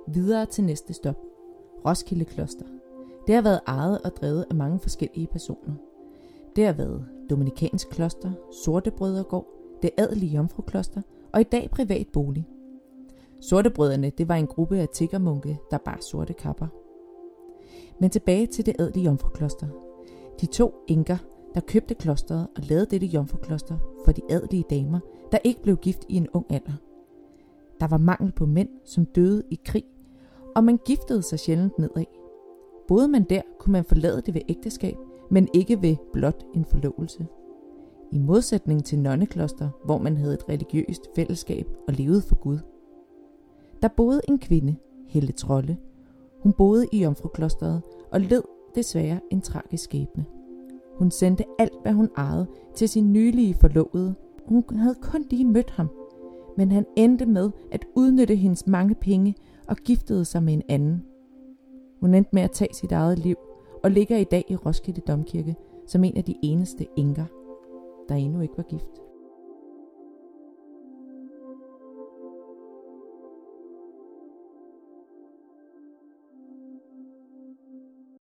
videre til næste stop, Roskilde Kloster. Det har været ejet og drevet af mange forskellige personer. Det har været Dominikansk Kloster, Sortebrødregård, det adelige Jomfrukloster og i dag privat bolig. Sortebrødrene, det var en gruppe af tiggermunke, der bar sorte kapper. Men tilbage til det adelige Jomfrukloster. De 2 enker, der købte klosteret og lavede dette jomfrukloster for de adelige damer, der ikke blev gift i en ung alder. Der var mangel på mænd, som døde i krig, og man giftede sig sjældent nedad. Boede man der, kunne man forlade det ved ægteskab, men ikke ved blot en forlovelse. I modsætning til nonnekloster, hvor man havde et religiøst fællesskab og levede for Gud. Der boede en kvinde, Helle Trolle. Hun boede i jomfruklosteret og led desværre en tragisk skæbne. Hun sendte alt, hvad hun ejede, til sin nylige forlovede. Hun havde kun lige mødt ham, men han endte med at udnytte hendes mange penge og giftede sig med en anden. Hun endte med at tage sit eget liv og ligger i dag i Roskilde Domkirke som en af de eneste enker, der endnu ikke var gift.